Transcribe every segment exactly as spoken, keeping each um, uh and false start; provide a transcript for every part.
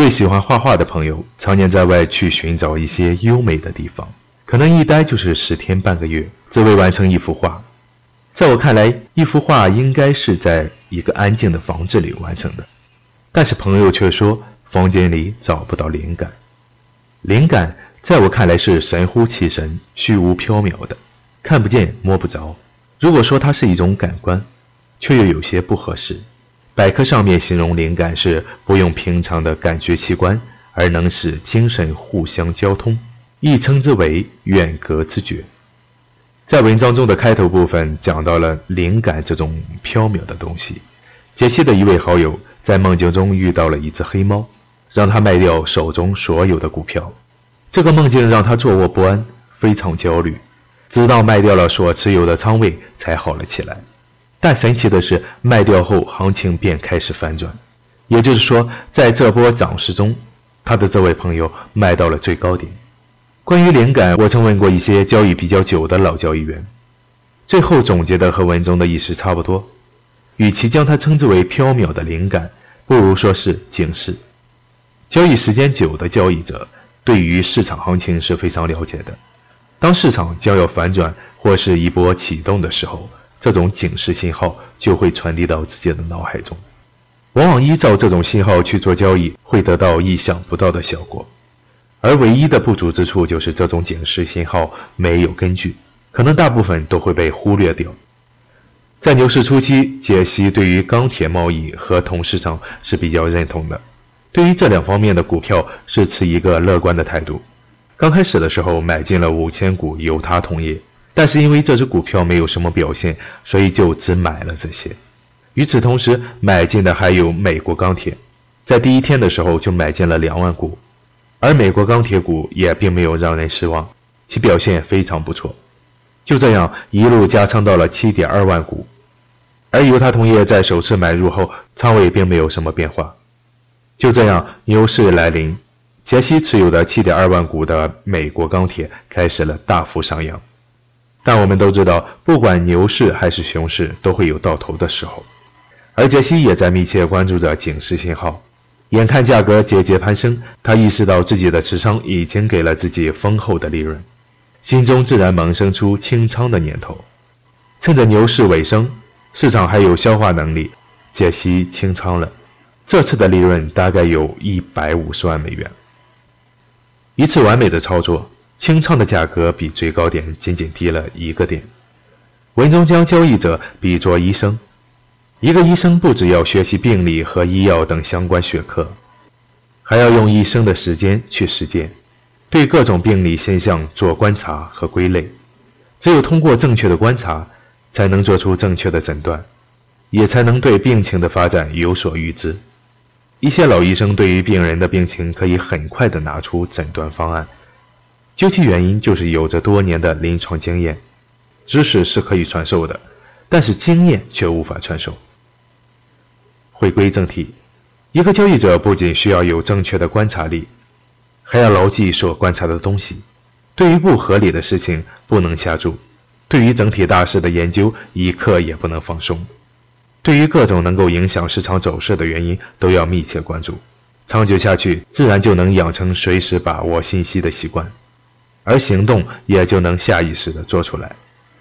位喜欢画画的朋友常年在外去寻找一些优美的地方，可能一待就是十天半个月，只为完成一幅画。在我看来，一幅画应该是在一个安静的房子里完成的，但是朋友却说房间里找不到灵感。灵感在我看来是神乎其神，虚无缥缈的，看不见摸不着。如果说它是一种感官，却又有些不合适。百科上面形容灵感是不用平常的感觉器官，而能使精神互相交通，亦称之为远隔之觉。在文章中的开头部分讲到了灵感这种缥缈的东西。杰西的一位好友在梦境中遇到了一只黑猫，让他卖掉手中所有的股票。这个梦境让他坐卧不安，非常焦虑，直到卖掉了所持有的仓位才好了起来。但神奇的是，卖掉后行情便开始反转，也就是说，在这波涨势中，他的这位朋友卖到了最高点。关于灵感，我曾问过一些交易比较久的老交易员，最后总结的和文中的意思差不多。与其将它称之为缥缈的灵感，不如说是警示。交易时间久的交易者对于市场行情是非常了解的，当市场将要反转或是一波启动的时候，这种警示信号就会传递到自己的脑海中，往往依照这种信号去做交易，会得到意想不到的效果。而唯一的不足之处就是这种警示信号没有根据，可能大部分都会被忽略掉。在牛市初期，杰西对于钢铁贸易和铜市场是比较认同的，对于这两方面的股票是持一个乐观的态度。刚开始的时候买进了五千股犹他铜业，但是因为这只股票没有什么表现，所以就只买了这些。与此同时，买进的还有美国钢铁，在第一天的时候就买进了两万股，而美国钢铁股也并没有让人失望，其表现非常不错。就这样一路加仓到了 七点二万股，而犹他铜业在首次买入后，仓位并没有什么变化。就这样牛市来临，杰西持有的 七点二万股的美国钢铁开始了大幅上扬。但我们都知道，不管牛市还是熊市，都会有到头的时候。而杰西也在密切关注着警示信号。眼看价格节节攀升，他意识到自己的持仓已经给了自己丰厚的利润，心中自然萌生出清仓的念头。趁着牛市尾声，市场还有消化能力，杰西清仓了。这次的利润大概有一百五十万美元。一次完美的操作，清仓的价格比最高点仅仅低了一个点。文中将交易者比作医生，一个医生不只要学习病理和医药等相关学科，还要用一生的时间去实践，对各种病理现象做观察和归类。只有通过正确的观察，才能做出正确的诊断，也才能对病情的发展有所预知。一些老医生对于病人的病情可以很快地拿出诊断方案，究其原因就是有着多年的临床经验。知识是可以传授的，但是经验却无法传授。回归正题，一个交易者不仅需要有正确的观察力，还要牢记所观察的东西。对于不合理的事情不能下注，对于整体大势的研究一刻也不能放松。对于各种能够影响市场走势的原因都要密切关注，长久下去自然就能养成随时把握信息的习惯，而行动也就能下意识地做出来。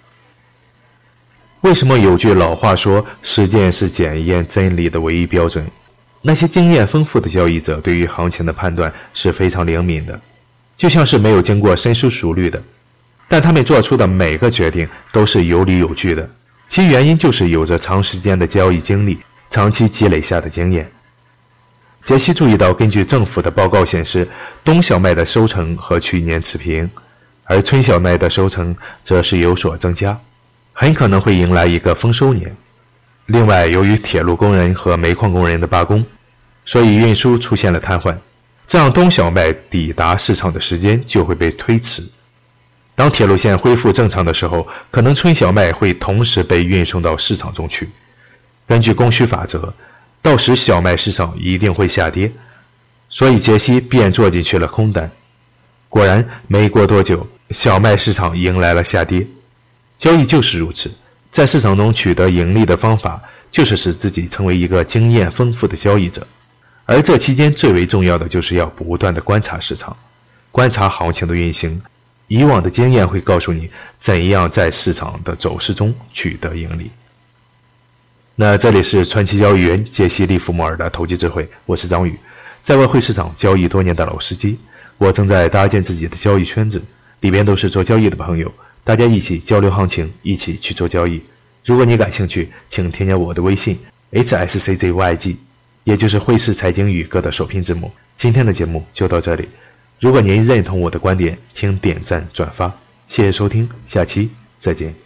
为什么有句老话说实践是检验真理的唯一标准？那些经验丰富的交易者对于行情的判断是非常灵敏的，就像是没有经过深思熟虑的，但他们做出的每个决定都是有理有据的，其原因就是有着长时间的交易经历，长期积累下的经验。杰西注意到，根据政府的报告显示，冬小麦的收成和去年持平，而春小麦的收成则是有所增加，很可能会迎来一个丰收年。另外，由于铁路工人和煤矿工人的罢工，所以运输出现了瘫痪，这样冬小麦抵达市场的时间就会被推迟。当铁路线恢复正常的时候，可能春小麦会同时被运送到市场中去。根据供需法则，到时小麦市场一定会下跌，所以杰西便做进去了空单。果然，没过多久，小麦市场迎来了下跌。交易就是如此，在市场中取得盈利的方法，就是使自己成为一个经验丰富的交易者。 而这期间最为重要的就是要不断的观察市场，观察行情的运行。以往的经验会告诉你怎样在市场的走势中取得盈利。那这里是传奇交易员解析利弗莫尔的投机智慧，我是张宇，在外汇市场交易多年的老司机，我正在搭建自己的交易圈子，里边都是做交易的朋友，大家一起交流行情，一起去做交易。如果你感兴趣，请添加我的微信 H S C Z Y G， 也就是汇市财经宇哥的首拼字母。今天的节目就到这里，如果您认同我的观点，请点赞转发，谢谢收听，下期再见。